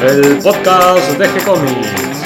el podcast de G-Comics.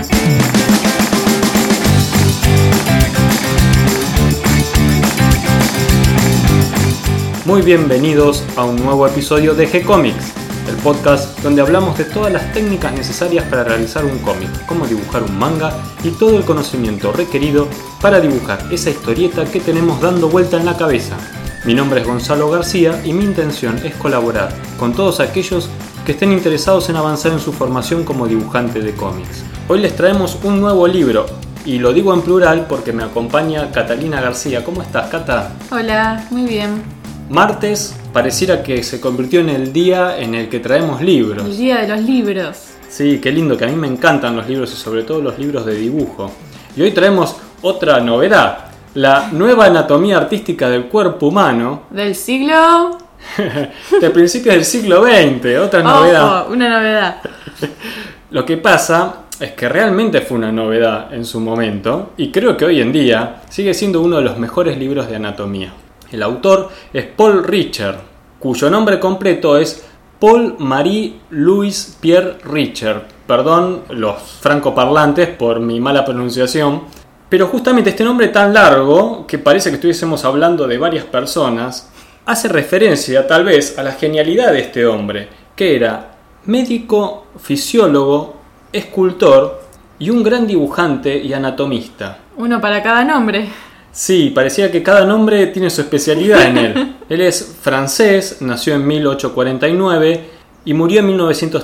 Muy bienvenidos a un nuevo episodio de G-Comics, el podcast donde hablamos de todas las técnicas necesarias para realizar un cómic, cómo dibujar un manga y todo el conocimiento requerido para dibujar esa historieta que tenemos dando vuelta en la cabeza. Mi nombre es Gonzalo García y mi intención es colaborar con todos aquellos que estén interesados en avanzar en su formación como dibujante de cómics. Hoy les traemos un nuevo libro, y lo digo en plural porque me acompaña Catalina García. ¿Cómo estás, Cata? Hola, muy bien. Martes pareciera que se convirtió en el día en el que traemos libros. El día de los libros. Sí, qué lindo, que a mí me encantan los libros y sobre todo los libros de dibujo. Y hoy traemos otra novedad, la nueva anatomía artística del cuerpo humano. Del siglo... de principios del siglo XX, otra novedad. Ojo, una novedad. Lo que pasa es que realmente fue una novedad en su momento y creo que hoy en día sigue siendo uno de los mejores libros de anatomía. El autor es Paul Richer, cuyo nombre completo es Paul Marie Louis Pierre Richer. Perdón los francoparlantes por mi mala pronunciación, pero justamente este nombre tan largo, que parece que estuviésemos hablando de varias personas, hace referencia tal vez a la genialidad de este hombre, que era médico, fisiólogo, escultor y un gran dibujante y anatomista. Uno para cada nombre. Sí, parecía que cada nombre tiene su especialidad en él. Él es francés, nació en 1849 y murió en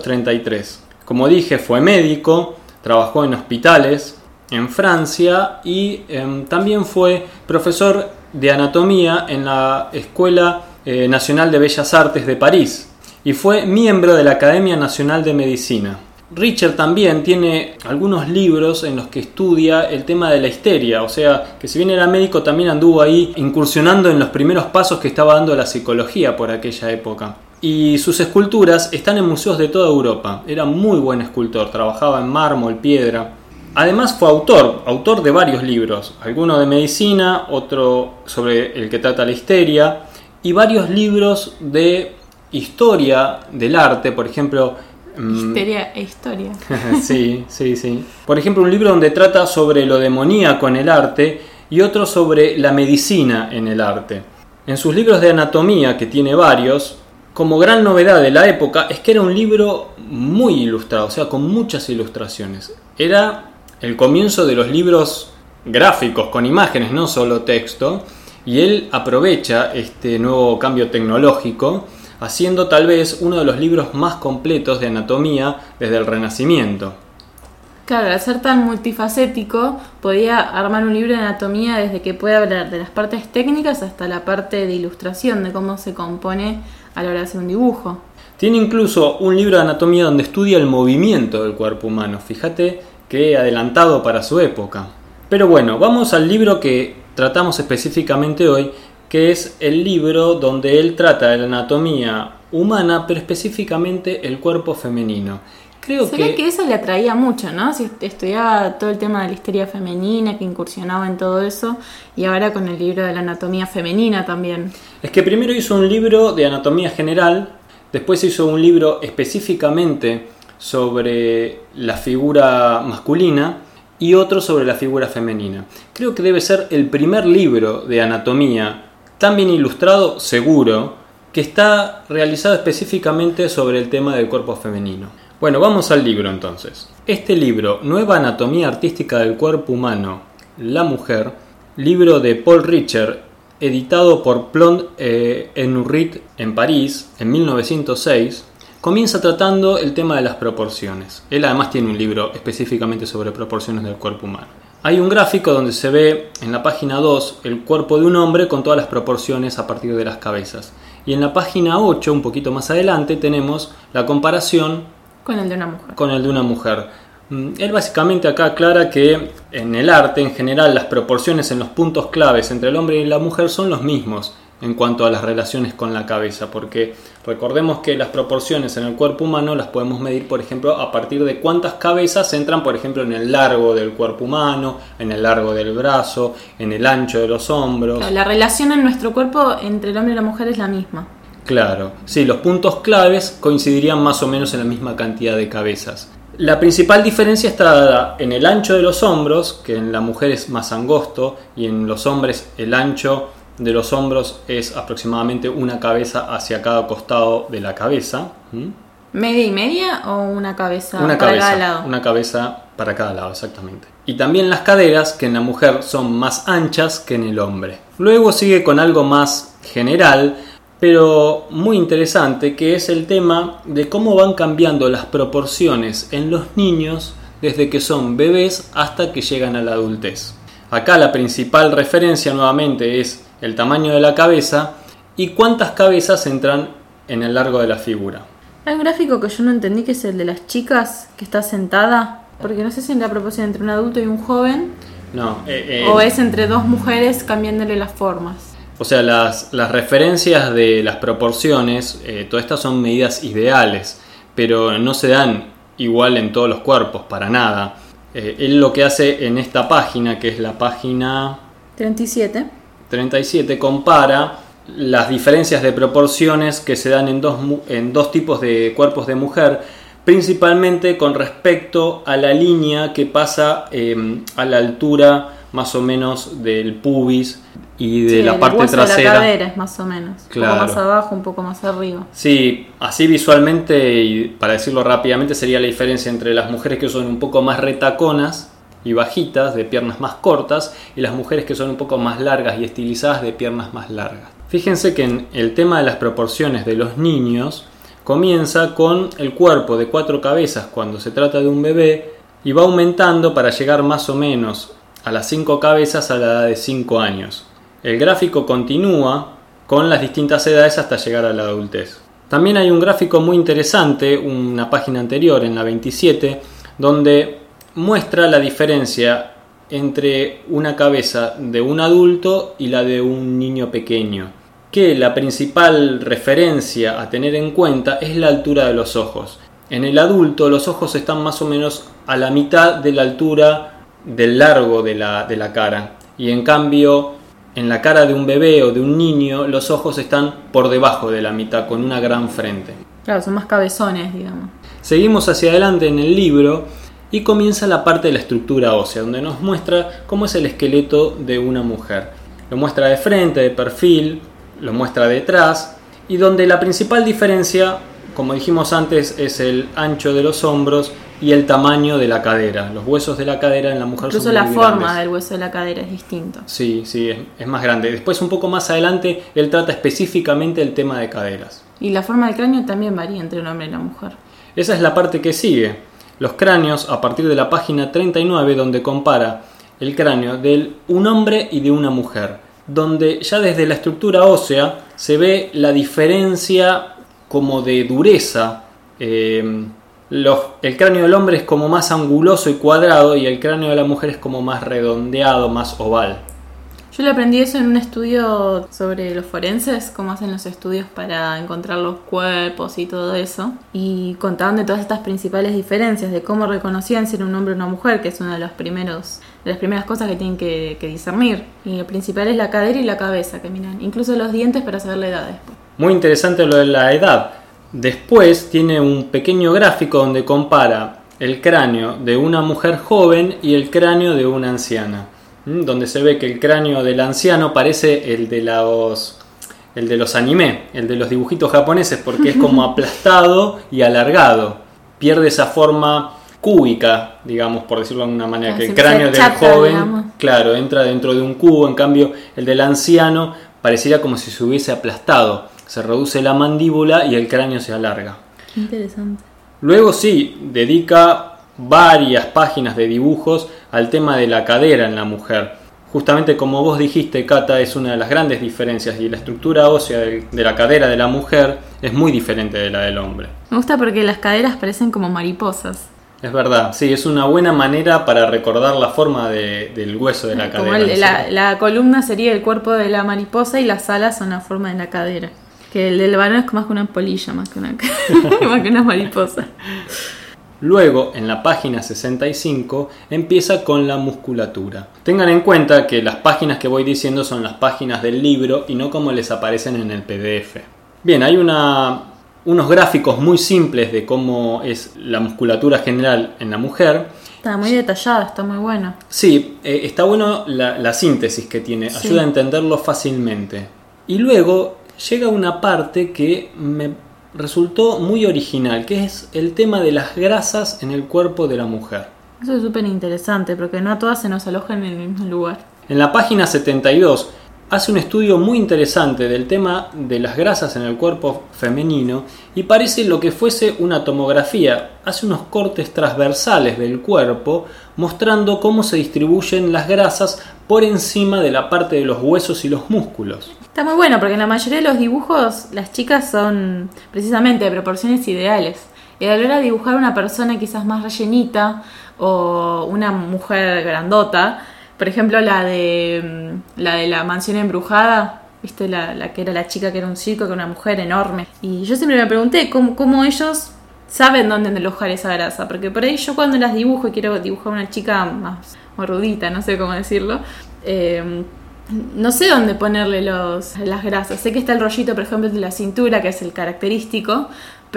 1933. Como dije, fue médico, trabajó en hospitales en Francia y también fue profesor de anatomía en la Escuela Nacional de Bellas Artes de París y fue miembro de la Academia Nacional de Medicina. Richer también tiene algunos libros en los que estudia el tema de la histeria, o sea, que si bien era médico también anduvo ahí incursionando en los primeros pasos que estaba dando la psicología por aquella época. Y sus esculturas están en museos de toda Europa. Era muy buen escultor, trabajaba en mármol, piedra. Además fue autor de varios libros, alguno de medicina, otro sobre el que trata la histeria, y varios libros de historia del arte, por ejemplo... Histeria e historia. Sí. Por ejemplo, un libro donde trata sobre lo demoníaco en el arte y otro sobre la medicina en el arte. En sus libros de anatomía, que tiene varios, como gran novedad de la época, es que era un libro muy ilustrado, o sea, con muchas ilustraciones. Era el comienzo de los libros gráficos, con imágenes, no solo texto, y él aprovecha este nuevo cambio tecnológico, haciendo tal vez uno de los libros más completos de anatomía desde el Renacimiento. Claro, al ser tan multifacético, podía armar un libro de anatomía desde que puede hablar de las partes técnicas hasta la parte de ilustración, de cómo se compone a la hora de hacer un dibujo. Tiene incluso un libro de anatomía donde estudia el movimiento del cuerpo humano. Fíjate que adelantado para su época. Pero bueno, vamos al libro que tratamos específicamente hoy, que es el libro donde él trata de la anatomía humana, pero específicamente el cuerpo femenino. Se ve que eso le atraía mucho, ¿no? Si estudiaba todo el tema de la histeria femenina, que incursionaba en todo eso, y ahora con el libro de la anatomía femenina también. Es que primero hizo un libro de anatomía general, después hizo un libro específicamente sobre la figura masculina y otro sobre la figura femenina. Creo que debe ser el primer libro de anatomía tan bien ilustrado, seguro, que está realizado específicamente sobre el tema del cuerpo femenino. Bueno, vamos al libro entonces. Este libro, Nueva Anatomía Artística del Cuerpo Humano, la Mujer, libro de Paul Richer, editado por Plon Enurrit en París en 1906, comienza tratando el tema de las proporciones. Él además tiene un libro específicamente sobre proporciones del cuerpo humano. Hay un gráfico donde se ve en la página 2 el cuerpo de un hombre con todas las proporciones a partir de las cabezas. Y en la página 8, un poquito más adelante, tenemos la comparación con el de una mujer. Con el de una mujer. Él básicamente acá aclara que en el arte en general las proporciones en los puntos claves entre el hombre y la mujer son los mismos en cuanto a las relaciones con la cabeza, porque recordemos que las proporciones en el cuerpo humano las podemos medir, por ejemplo, a partir de cuántas cabezas entran, por ejemplo, en el largo del cuerpo humano, en el largo del brazo, en el ancho de los hombros. Claro, la relación en nuestro cuerpo entre el hombre y la mujer es la misma. Claro, sí, los puntos claves coincidirían más o menos en la misma cantidad de cabezas. La principal diferencia está dada en el ancho de los hombros, que en la mujer es más angosto, y en los hombres el ancho de los hombros es aproximadamente una cabeza hacia cada costado de la cabeza. ¿Media y media o una cabeza Una para cabeza, cada lado? una cabeza para cada lado, exactamente. Y también las caderas, que en la mujer son más anchas que en el hombre. Luego sigue con algo más general, pero muy interesante, que es el tema de cómo van cambiando las proporciones en los niños desde que son bebés hasta que llegan a la adultez. Acá la principal referencia nuevamente es el tamaño de la cabeza y cuántas cabezas entran en el largo de la figura. Hay un gráfico que yo no entendí, que es el de las chicas, que está sentada, porque no sé si es la proporción entre un adulto y un joven, No, o es entre dos mujeres cambiándole las formas. O sea, las referencias de las proporciones, todas estas son medidas ideales, pero no se dan igual en todos los cuerpos, para nada. Él lo que hace en esta página, que es la página 37, compara las diferencias de proporciones que se dan en dos tipos de cuerpos de mujer, principalmente con respecto a la línea que pasa a la altura más o menos del pubis y de la parte trasera. De la cadera es más o menos. Claro. Un poco más abajo, un poco más arriba. Sí, así visualmente y para decirlo rápidamente sería la diferencia entre las mujeres que son un poco más retaconas y bajitas, de piernas más cortas, y las mujeres que son un poco más largas y estilizadas, de piernas más largas. Fíjense que en el tema de las proporciones de los niños comienza con el cuerpo de 4 cabezas cuando se trata de un bebé y va aumentando para llegar más o menos a las 5 cabezas a la edad de 5 años. El gráfico continúa con las distintas edades hasta llegar a la adultez. También hay un gráfico muy interesante, una página anterior, en la 27, donde muestra la diferencia entre una cabeza de un adulto y la de un niño pequeño, que la principal referencia a tener en cuenta es la altura de los ojos. En el adulto los ojos están más o menos a la mitad de la altura del largo de la cara, y en cambio en la cara de un bebé o de un niño los ojos están por debajo de la mitad, con una gran frente. Claro, son más cabezones, digamos. Seguimos hacia adelante en el libro y comienza la parte de la estructura ósea, donde nos muestra cómo es el esqueleto de una mujer. Lo muestra de frente, de perfil, lo muestra detrás, y donde la principal diferencia, como dijimos antes, es el ancho de los hombros y el tamaño de la cadera. Los huesos de la cadera en la mujer Incluso son muy la forma grandes. del hueso de la cadera es distinto. Sí, es más grande. Después, un poco más adelante, él trata específicamente el tema de caderas. Y la forma del cráneo también varía entre un hombre y una mujer. Esa es la parte que sigue. Los cráneos, a partir de la página 39, donde compara el cráneo de un hombre y de una mujer, donde ya desde la estructura ósea se ve la diferencia como de dureza. El cráneo del hombre es como más anguloso y cuadrado, y el cráneo de la mujer es como más redondeado, más oval. Yo le aprendí eso en un estudio sobre los forenses, cómo hacen los estudios para encontrar los cuerpos y todo eso. Y contaban de todas estas principales diferencias, de cómo reconocían si era un hombre o una mujer, que es una de las primeras cosas que tienen que discernir. Y lo principal es la cadera y la cabeza que miran, incluso los dientes para saber la edad después. Muy interesante lo de la edad. Después tiene un pequeño gráfico donde compara el cráneo de una mujer joven y el cráneo de una anciana, donde se ve que el cráneo del anciano parece el de los anime, el de los dibujitos japoneses, porque es como aplastado y alargado. Pierde esa forma cúbica, digamos, por decirlo de alguna manera, que el cráneo del joven, digamos, claro, entra dentro de un cubo. En cambio, el del anciano pareciera como si se hubiese aplastado. Se reduce la mandíbula y el cráneo se alarga. Qué interesante. Luego sí, dedica varias páginas de dibujos al tema de la cadera en la mujer. Justamente como vos dijiste, Cata, es una de las grandes diferencias, y la estructura ósea de la cadera de la mujer es muy diferente de la del hombre. Me gusta porque las caderas parecen como mariposas. Es verdad, sí, es una buena manera para recordar la forma del hueso de la cadera. La columna sería el cuerpo de la mariposa y las alas son la forma de la cadera. Que el del varón es más que una polilla, más que una mariposa. Luego, en la página 65, empieza con la musculatura. Tengan en cuenta que las páginas que voy diciendo son las páginas del libro y no como les aparecen en el PDF. Bien, hay unos gráficos muy simples de cómo es la musculatura general en la mujer. Está muy detallada, está muy bueno. Sí, está bueno la síntesis que tiene, Sí. ayuda a entenderlo fácilmente. Y luego llega una parte que me resultó muy original, que es el tema de las grasas en el cuerpo de la mujer. Eso es súper interesante, porque no a todas se nos alojan en el mismo lugar. En la página 72 hace un estudio muy interesante del tema de las grasas en el cuerpo femenino y parece lo que fuese una tomografía. Hace unos cortes transversales del cuerpo mostrando cómo se distribuyen las grasas por encima de la parte de los huesos y los músculos. Está muy bueno, porque en la mayoría de los dibujos las chicas son precisamente de proporciones ideales. Y a la hora de dibujar una persona quizás más rellenita o una mujer grandota, por ejemplo la de la mansión embrujada, ¿viste? La que era la chica que era un chico, que era una mujer enorme. Y yo siempre me pregunté cómo ellos saben dónde alojar esa grasa, porque por ahí yo cuando las dibujo y quiero dibujar una chica más rudita, no sé cómo decirlo, no sé dónde ponerle las grasas. Sé que está el rollito, por ejemplo, de la cintura, que es el característico,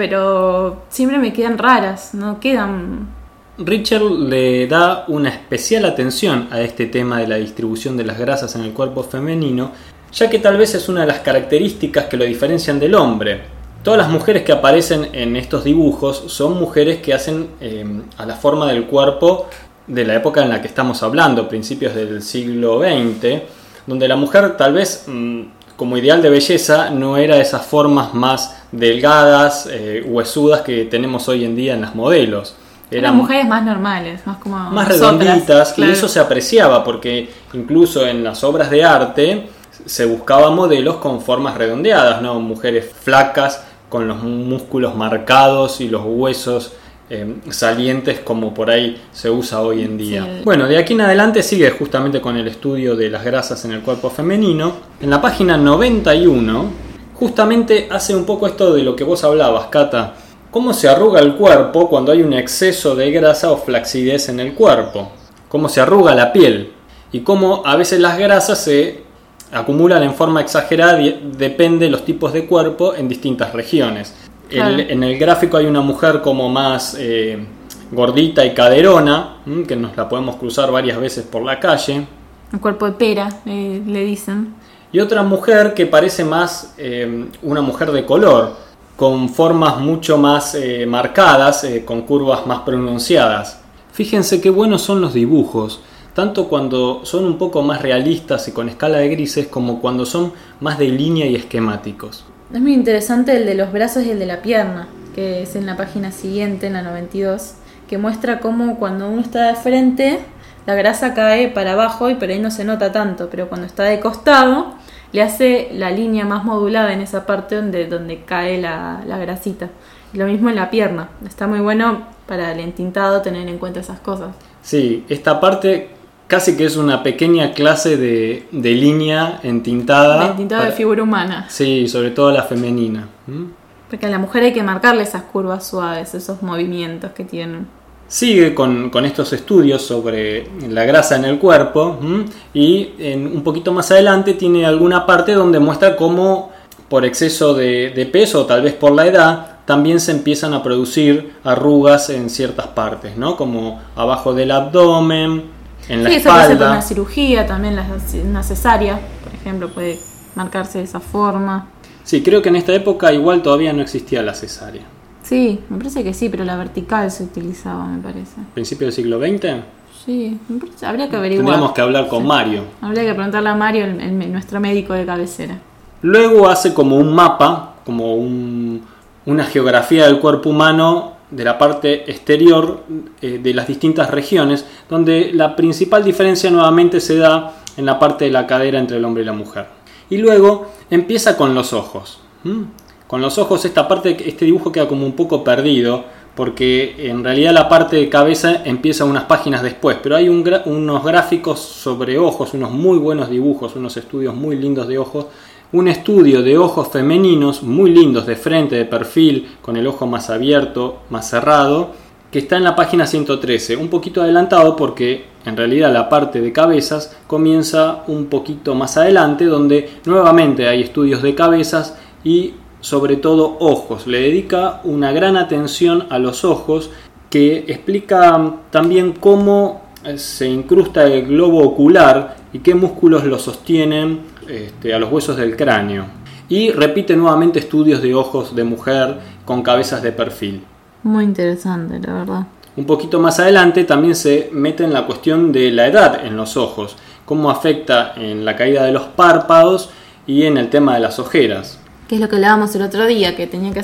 pero siempre me quedan raras, no quedan. Richard le da una especial atención a este tema de la distribución de las grasas en el cuerpo femenino, ya que tal vez es una de las características que lo diferencian del hombre. Todas las mujeres que aparecen en estos dibujos son mujeres que hacen a la forma del cuerpo de la época en la que estamos hablando, principios del siglo XX, donde la mujer tal vez como ideal de belleza no era esas formas más delgadas, huesudas que tenemos hoy en día en las modelos. Eran mujeres más normales, más redonditas, claro. Y eso se apreciaba porque incluso en las obras de arte se buscaba modelos con formas redondeadas, ¿no? Mujeres flacas con los músculos marcados y los huesos salientes como por ahí se usa hoy en día. Sí. Bueno, de aquí en adelante sigue justamente con el estudio de las grasas en el cuerpo femenino. En la página 91 justamente hace un poco esto de lo que vos hablabas, Cata. Cómo se arruga el cuerpo cuando hay un exceso de grasa o flacidez en el cuerpo. Cómo se arruga la piel. Y cómo a veces las grasas se acumulan en forma exagerada, depende de los tipos de cuerpo en distintas regiones. Claro. En el gráfico hay una mujer como más gordita y caderona, que nos la podemos cruzar varias veces por la calle. Un cuerpo de pera, le dicen. Y otra mujer que parece más una mujer de color, con formas mucho más marcadas, con curvas más pronunciadas. Fíjense qué buenos son los dibujos, tanto cuando son un poco más realistas y con escala de grises, como cuando son más de línea y esquemáticos. Es muy interesante el de los brazos y el de la pierna, que es en la página siguiente, en la 92, que muestra cómo cuando uno está de frente, la grasa cae para abajo y por ahí no se nota tanto, pero cuando está de costado, le hace la línea más modulada en esa parte donde cae la grasita. Y lo mismo en la pierna. Está muy bueno para el entintado tener en cuenta esas cosas. Sí, esta parte casi que es una pequeña clase de línea entintada. De entintado de figura humana. Sí, sobre todo la femenina. Porque a la mujer hay que marcarle esas curvas suaves, esos movimientos que tienen. Sigue con estos estudios sobre la grasa en el cuerpo y un poquito más adelante tiene alguna parte donde muestra cómo por exceso de peso o tal vez por la edad también se empiezan a producir arrugas en ciertas partes, ¿no? Como abajo del abdomen, en la espalda. Sí, eso puede ser por una cirugía, también una cesárea, por ejemplo, puede marcarse de esa forma. Sí, creo que en esta época igual todavía no existía la cesárea. Sí, me parece que sí, pero la vertical se utilizaba, me parece. ¿Principio del siglo XX? Sí, me parece, habría que averiguar. Tendríamos que hablar con Mario. Habría que preguntarle a Mario, nuestro médico de cabecera. Luego hace como un mapa, como una geografía del cuerpo humano de la parte exterior de las distintas regiones, donde la principal diferencia nuevamente se da en la parte de la cadera entre el hombre y la mujer. Y luego empieza con los ojos. Con los ojos este dibujo queda como un poco perdido, porque en realidad la parte de cabeza empieza unas páginas después, pero hay unos gráficos sobre ojos, unos muy buenos dibujos, unos estudios muy lindos de ojos, un estudio de ojos femeninos muy lindos de frente, de perfil, con el ojo más abierto, más cerrado, que está en la página 113, un poquito adelantado porque en realidad la parte de cabezas comienza un poquito más adelante, donde nuevamente hay estudios de cabezas y sobre todo ojos. Le dedica una gran atención a los ojos, que explica también cómo se incrusta el globo ocular y qué músculos lo sostienen a los huesos del cráneo. Y repite nuevamente estudios de ojos de mujer con cabezas de perfil. Muy interesante, la verdad. Un poquito más adelante también se mete en la cuestión de la edad en los ojos, cómo afecta en la caída de los párpados y en el tema de las ojeras. Que es lo que hablábamos el otro día, que tenía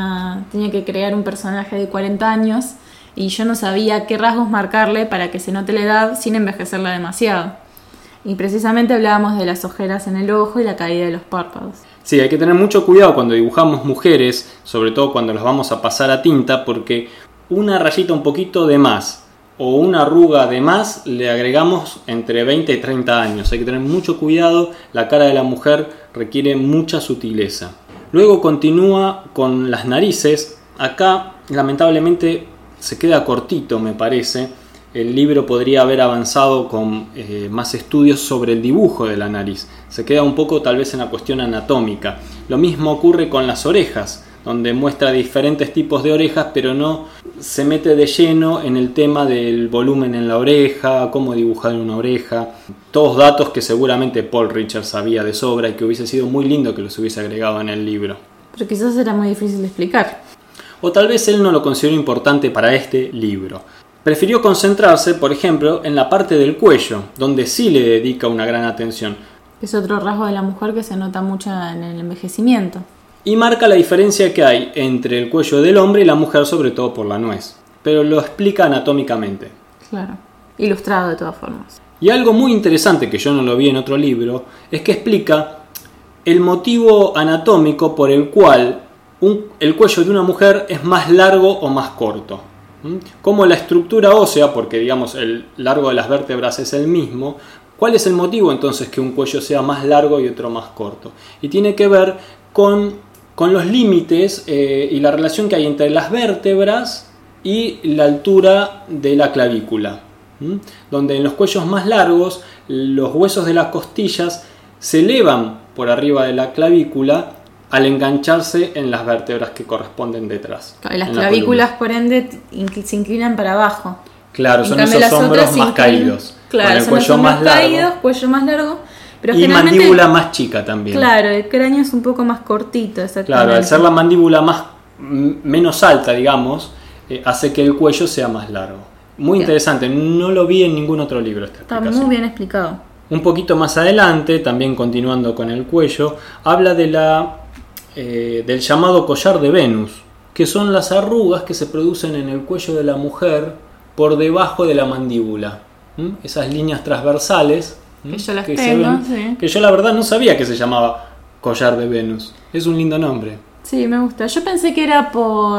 que crear un personaje de 40 años y yo no sabía qué rasgos marcarle para que se note la edad sin envejecerla demasiado. Y precisamente hablábamos de las ojeras en el ojo y la caída de los párpados. Sí, hay que tener mucho cuidado cuando dibujamos mujeres, sobre todo cuando las vamos a pasar a tinta, porque una rayita un poquito de más o una arruga de más le agregamos entre 20 y 30 años. Hay que tener mucho cuidado, la cara de la mujer requiere mucha sutileza. Luego continúa con las narices. Acá lamentablemente se queda cortito, me parece. El libro podría haber avanzado con más estudios sobre el dibujo de la nariz. Se queda un poco tal vez en la cuestión anatómica. Lo mismo ocurre con las orejas, donde muestra diferentes tipos de orejas, pero no se mete de lleno en el tema del volumen en la oreja, cómo dibujar una oreja. Todos datos que seguramente Paul Richards sabía de sobra y que hubiese sido muy lindo que los hubiese agregado en el libro. Pero quizás era muy difícil de explicar. O tal vez él no lo consideró importante para este libro. Prefirió concentrarse, por ejemplo, en la parte del cuello, donde sí le dedica una gran atención. Es otro rasgo de la mujer que se nota mucho en el envejecimiento. Y marca la diferencia que hay entre el cuello del hombre y la mujer, sobre todo por la nuez. Pero lo explica anatómicamente. Claro, ilustrado de todas formas. Y algo muy interesante que yo no lo vi en otro libro, es que explica el motivo anatómico por el cual el cuello de una mujer es más largo o más corto. Como la estructura ósea, porque digamos el largo de las vértebras es el mismo, ¿cuál es el motivo entonces que un cuello sea más largo y otro más corto? Y tiene que ver con los límites y la relación que hay entre las vértebras y la altura de la clavícula, donde en los cuellos más largos los huesos de las costillas se elevan por arriba de la clavícula al engancharse en las vértebras que corresponden detrás. Las clavículas, por ende, se inclinan para abajo. Claro, son esos hombros más caídos. Claro, con el son cuello los más largo. caídos, cuello más largo. Pero y mandíbula más chica también. Claro, el cráneo es un poco más cortito, exactamente. Claro, al ser la mandíbula menos alta, digamos, hace que el cuello sea más largo. Muy interesante, no lo vi en ningún otro libro esta explicación. Está muy bien explicado. Un poquito más adelante, también continuando con el cuello, habla del llamado collar de Venus, que son las arrugas que se producen en el cuello de la mujer por debajo de la mandíbula. Esas líneas transversales que yo las que tengo, se ven, sí. Que yo la verdad no sabía que se llamaba collar de Venus. Es un lindo nombre. Sí, me gusta. Yo pensé que era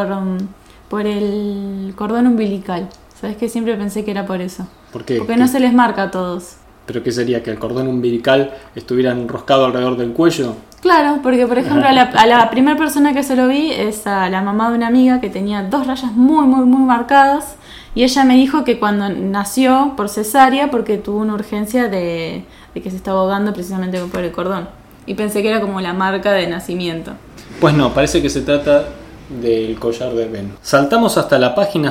por el cordón umbilical. ¿Sabes qué? Siempre pensé que era por eso. ¿Por qué? Porque no se les marca a todos. ¿Pero qué sería? ¿Que el cordón umbilical estuviera enroscado alrededor del cuello? Claro, porque por ejemplo a la primera persona que se lo vi es a la mamá de una amiga que tenía 2 rayas muy marcadas. Y ella me dijo que cuando nació por cesárea, porque tuvo una urgencia de que se estaba ahogando precisamente por el cordón. Y pensé que era como la marca de nacimiento. Pues no, parece que se trata del collar de Venus. Saltamos hasta la página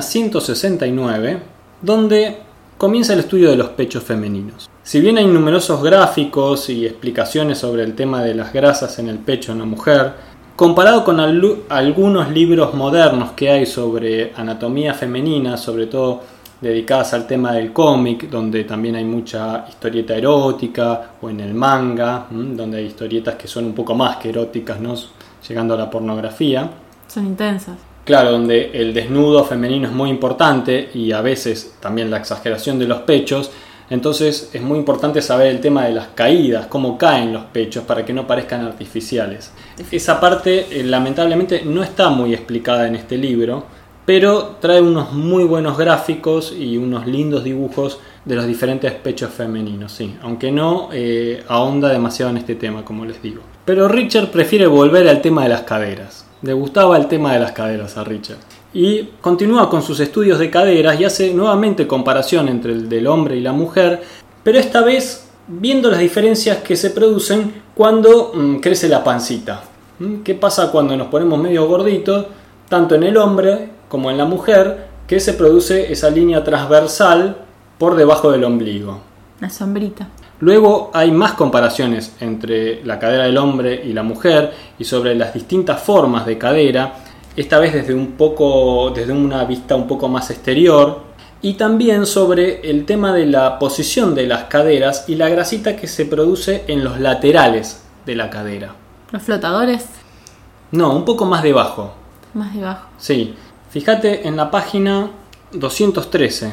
169, donde comienza el estudio de los pechos femeninos. Si bien hay numerosos gráficos y explicaciones sobre el tema de las grasas en el pecho de una mujer, comparado con algunos libros modernos que hay sobre anatomía femenina, sobre todo dedicadas al tema del cómic, donde también hay mucha historieta erótica, o en el manga, donde hay historietas que son un poco más que eróticas, ¿no? Llegando a la pornografía. Son intensas. Claro, donde el desnudo femenino es muy importante y a veces también la exageración de los pechos. Entonces es muy importante saber el tema de las caídas, cómo caen los pechos para que no parezcan artificiales. Esa parte lamentablemente no está muy explicada en este libro, pero trae unos muy buenos gráficos y unos lindos dibujos de los diferentes pechos femeninos, sí, aunque no ahonda demasiado en este tema, como les digo. Pero Richard prefiere volver al tema de las caderas. Le gustaba el tema de las caderas a Richard. Y continúa con sus estudios de caderas y hace nuevamente comparación entre el del hombre y la mujer, pero esta vez viendo las diferencias que se producen cuando crece la pancita. ¿Qué pasa cuando nos ponemos medio gorditos, tanto en el hombre como en la mujer, que se produce esa línea transversal por debajo del ombligo? La sombrita. Luego hay más comparaciones entre la cadera del hombre y la mujer y sobre las distintas formas de cadera, esta vez desde una vista un poco más exterior, y también sobre el tema de la posición de las caderas y la grasita que se produce en los laterales de la cadera. ¿Los flotadores? No, un poco más debajo. Más debajo. Sí, fíjate en la página 213.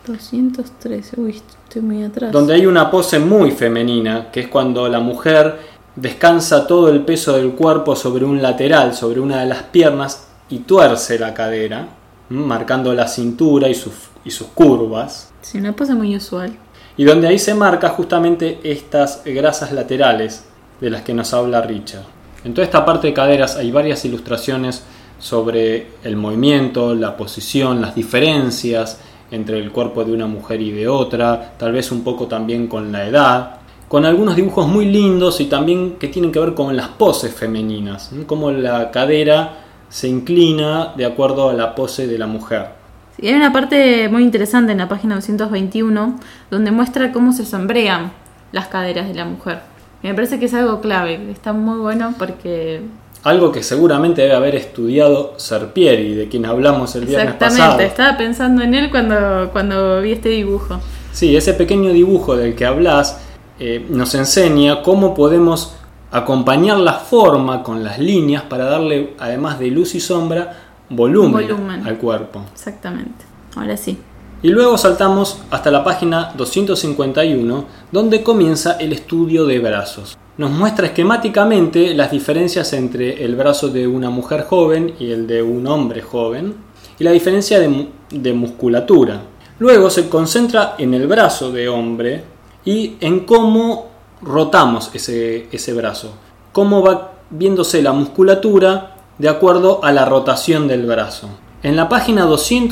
213, uy, estoy muy atrás. Donde hay una pose muy femenina, que es cuando la mujer descansa todo el peso del cuerpo sobre un lateral, sobre una de las piernas, y tuerce la cadera, marcando la cintura y sus curvas. Sí, una pose muy usual. Y donde ahí se marca justamente estas grasas laterales de las que nos habla Richard. En toda esta parte de caderas hay varias ilustraciones sobre el movimiento, la posición, las diferencias entre el cuerpo de una mujer y de otra, tal vez un poco también con la edad, con algunos dibujos muy lindos y también que tienen que ver con las poses femeninas, cómo la cadera se inclina de acuerdo a la pose de la mujer. Sí, hay una parte muy interesante en la página 221 donde muestra cómo se sombrean las caderas de la mujer. Y me parece que es algo clave, está muy bueno porque... Algo que seguramente debe haber estudiado Serpieri, de quien hablamos el viernes pasado. Exactamente, estaba pensando en él cuando vi este dibujo. Sí, ese pequeño dibujo del que hablas nos enseña cómo podemos acompañar la forma con las líneas para darle, además de luz y sombra, volumen al cuerpo. Exactamente, ahora sí. Y luego saltamos hasta la página 251, donde comienza el estudio de brazos. Nos muestra esquemáticamente las diferencias entre el brazo de una mujer joven y el de un hombre joven, y la diferencia de musculatura. Luego se concentra en el brazo de hombre y en cómo rotamos ese brazo, cómo va viéndose la musculatura de acuerdo a la rotación del brazo. En la página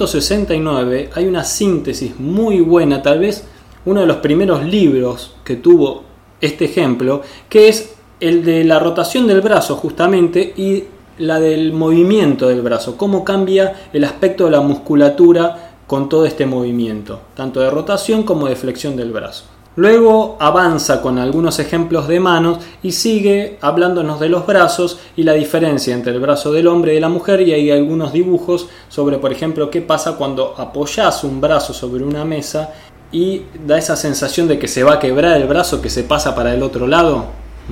269 hay una síntesis muy buena, tal vez uno de los primeros libros que tuvo este ejemplo, que es el de la rotación del brazo justamente y la del movimiento del brazo, cómo cambia el aspecto de la musculatura con todo este movimiento, tanto de rotación como de flexión del brazo. Luego avanza con algunos ejemplos de manos y sigue hablándonos de los brazos y la diferencia entre el brazo del hombre y de la mujer, y hay algunos dibujos sobre, por ejemplo, qué pasa cuando apoyas un brazo sobre una mesa y da esa sensación de que se va a quebrar el brazo, que se pasa para el otro lado.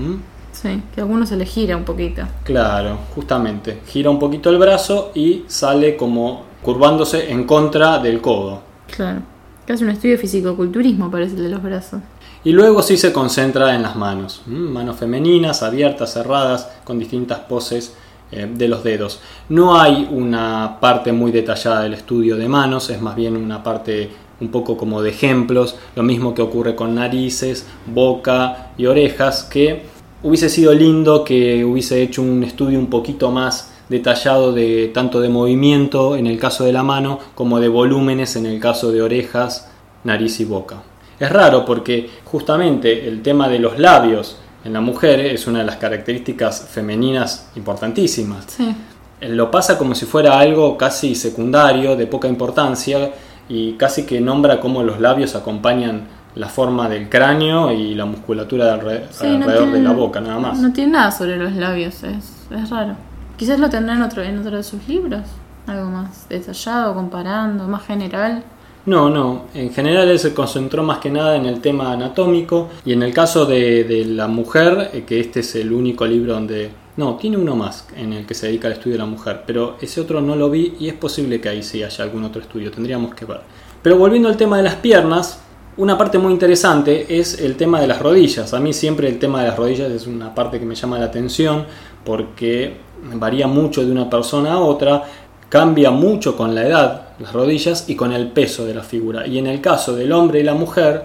Sí, que a alguno se le gira un poquito. Claro, justamente, gira un poquito el brazo y sale como curvándose en contra del codo. Claro. Casi un estudio de fisicoculturismo parece el de los brazos. Y luego sí se concentra en las manos. Manos femeninas, abiertas, cerradas, con distintas poses de los dedos. No hay una parte muy detallada del estudio de manos, es más bien una parte un poco como de ejemplos. Lo mismo que ocurre con narices, boca y orejas, que hubiese sido lindo que hubiese hecho un estudio un poquito más detallado de tanto de movimiento en el caso de la mano como de volúmenes en el caso de orejas, nariz y boca. Es raro porque justamente el tema de los labios en la mujer es una de las características femeninas importantísimas. Sí. Lo pasa como si fuera algo casi secundario, de poca importancia, y casi que nombra cómo los labios acompañan la forma del cráneo y la musculatura alrededor de la boca, nada más. No tiene nada sobre los labios, es raro. Quizás lo tendrá en otro de sus libros, algo más detallado, comparando, más general. No, en general él se concentró más que nada en el tema anatómico, y en el caso de la mujer, que este es el único libro donde... No, tiene uno más en el que se dedica al estudio de la mujer, pero ese otro no lo vi y es posible que ahí sí haya algún otro estudio, tendríamos que ver. Pero volviendo al tema de las piernas, una parte muy interesante es el tema de las rodillas. A mí siempre el tema de las rodillas es una parte que me llama la atención porque varía mucho de una persona a otra, cambia mucho con la edad las rodillas y con el peso de la figura. Y en el caso del hombre y la mujer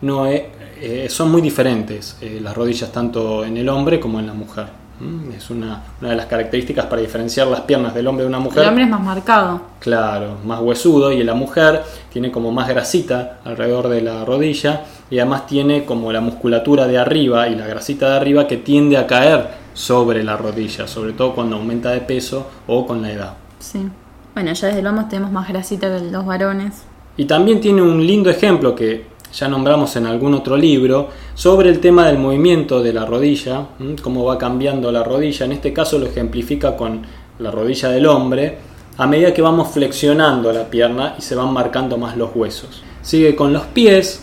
son muy diferentes las rodillas tanto en el hombre como en la mujer. Es una de las características para diferenciar las piernas del hombre de una mujer. El hombre es más marcado. Claro, más huesudo, y la mujer tiene como más grasita alrededor de la rodilla y además tiene como la musculatura de arriba y la grasita de arriba que tiende a caer sobre la rodilla, sobre todo cuando aumenta de peso o con la edad. Sí. Bueno, ya desde el vamos tenemos más grasita que los varones. Y también tiene un lindo ejemplo que ya nombramos en algún otro libro sobre el tema del movimiento de la rodilla, cómo va cambiando la rodilla. En este caso lo ejemplifica con la rodilla del hombre a medida que vamos flexionando la pierna y se van marcando más los huesos. Sigue con los pies,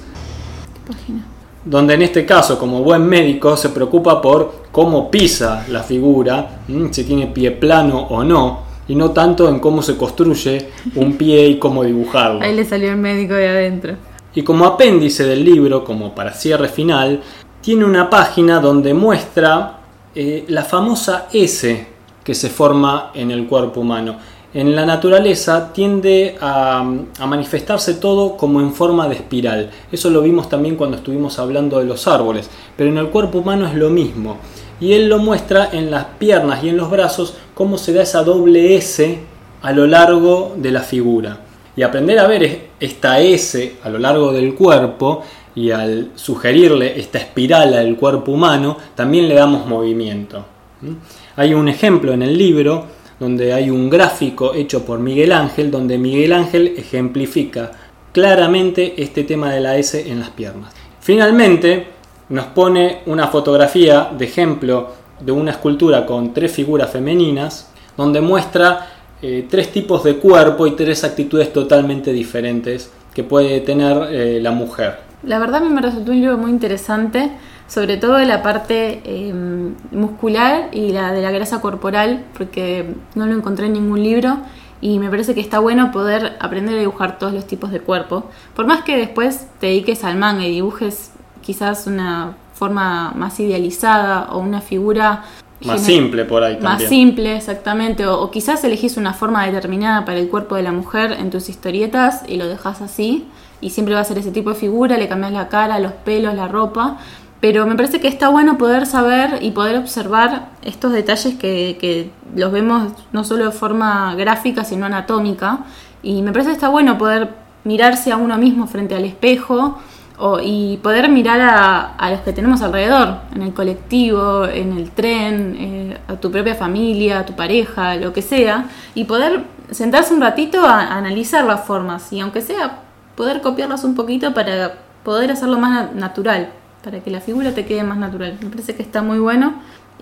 donde en este caso, como buen médico, se preocupa por cómo pisa la figura, si tiene pie plano o no, y no tanto en cómo se construye un pie y cómo dibujarlo. Ahí le salió el médico de adentro. Y como apéndice del libro, como para cierre final, tiene una página donde muestra la famosa S que se forma en el cuerpo humano. En la naturaleza tiende a manifestarse todo como en forma de espiral. Eso lo vimos también cuando estuvimos hablando de los árboles, pero en el cuerpo humano es lo mismo. Y él lo muestra en las piernas y en los brazos cómo se da esa doble S a lo largo de la figura. Y aprender a ver esta S a lo largo del cuerpo y al sugerirle esta espiral al cuerpo humano, también le damos movimiento. Hay un ejemplo en el libro donde hay un gráfico hecho por Miguel Ángel, donde Miguel Ángel ejemplifica claramente este tema de la S en las piernas. Finalmente nos pone una fotografía de ejemplo de una escultura con 3 figuras femeninas, donde muestra 3 tipos de cuerpo y 3 actitudes totalmente diferentes que puede tener la mujer. La verdad a mí me resultó un libro muy interesante, sobre todo de la parte muscular y la de la grasa corporal, porque no lo encontré en ningún libro y me parece que está bueno poder aprender a dibujar todos los tipos de cuerpo. Por más que después te dediques al manga y dibujes quizás una forma más idealizada o una figura más simple por ahí también. Más simple, exactamente. O quizás elegís una forma determinada para el cuerpo de la mujer en tus historietas y lo dejas así. Y siempre va a ser ese tipo de figura, le cambias la cara, los pelos, la ropa. Pero me parece que está bueno poder saber y poder observar estos detalles que los vemos no solo de forma gráfica, sino anatómica. Y me parece que está bueno poder mirarse a uno mismo frente al espejo y poder mirar a los que tenemos alrededor, en el colectivo, en el tren, a tu propia familia, a tu pareja, lo que sea, y poder sentarse un ratito a analizar las formas y aunque sea poder copiarlas un poquito para poder hacerlo más natural, para que la figura te quede más natural. Me parece que está muy bueno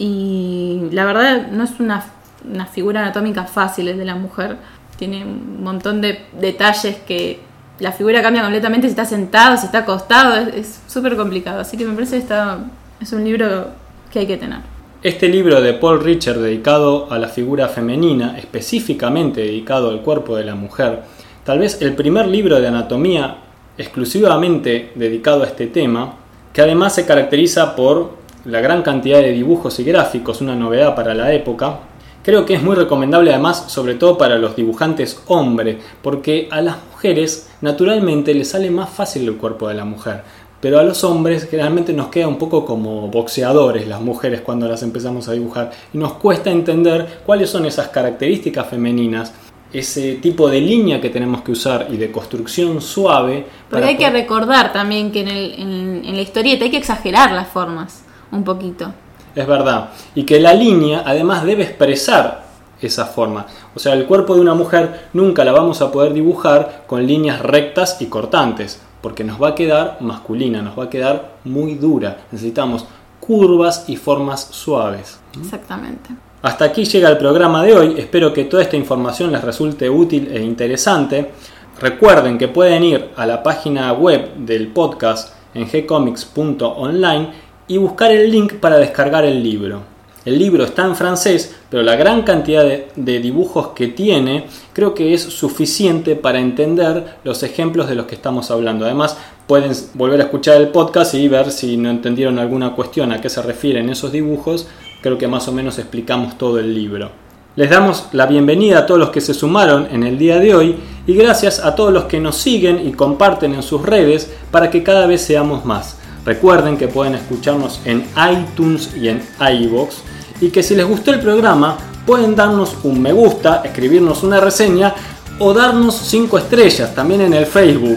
y la verdad no es una figura anatómica fácil, es de la mujer, tiene un montón de detalles que la figura cambia completamente si está sentado, si está acostado, es súper complicado. Así que me parece que es un libro que hay que tener. Este libro de Paul Richard dedicado a la figura femenina, específicamente dedicado al cuerpo de la mujer, tal vez el primer libro de anatomía exclusivamente dedicado a este tema, que además se caracteriza por la gran cantidad de dibujos y gráficos, una novedad para la época. Creo que es muy recomendable además, sobre todo para los dibujantes hombres, porque a las mujeres naturalmente les sale más fácil el cuerpo de la mujer, pero a los hombres generalmente nos queda un poco como boxeadores las mujeres cuando las empezamos a dibujar y nos cuesta entender cuáles son esas características femeninas, ese tipo de línea que tenemos que usar y de construcción suave. Porque hay que recordar también que en la historieta hay que exagerar las formas un poquito. Es verdad, y que la línea además debe expresar esa forma. O sea, el cuerpo de una mujer nunca la vamos a poder dibujar con líneas rectas y cortantes, porque nos va a quedar masculina, nos va a quedar muy dura. Necesitamos curvas y formas suaves. Exactamente. Hasta aquí llega el programa de hoy. Espero que toda esta información les resulte útil e interesante. Recuerden que pueden ir a la página web del podcast en gcomics.online y buscar el link para descargar el libro. El libro está en francés, pero la gran cantidad de dibujos que tiene creo que es suficiente para entender los ejemplos de los que estamos hablando. Además, pueden volver a escuchar el podcast y ver si no entendieron alguna cuestión a qué se refieren esos dibujos. Creo que más o menos explicamos todo el libro. Les damos la bienvenida a todos los que se sumaron en el día de hoy y gracias a todos los que nos siguen y comparten en sus redes para que cada vez seamos más. Recuerden que pueden escucharnos en iTunes y en iVoox y que si les gustó el programa pueden darnos un me gusta, escribirnos una reseña o darnos 5 estrellas también en el Facebook.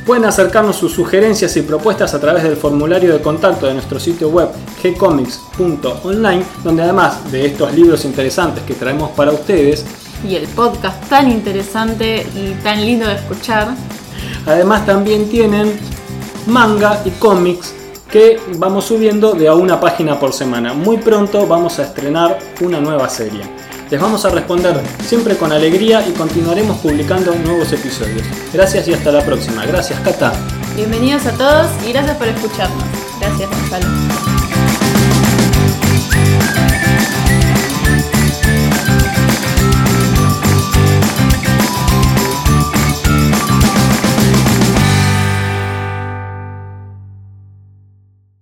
Pueden acercarnos sus sugerencias y propuestas a través del formulario de contacto de nuestro sitio web gcomics.online, donde además de estos libros interesantes que traemos para ustedes y el podcast tan interesante y tan lindo de escuchar, además también tienen manga y cómics que vamos subiendo de a una página por semana. Muy pronto vamos a estrenar una nueva serie. Les vamos a responder siempre con alegría y continuaremos publicando nuevos episodios. Gracias y hasta la próxima. Gracias, Cata. Bienvenidos a todos y gracias por escucharnos. Gracias, Gonzalo.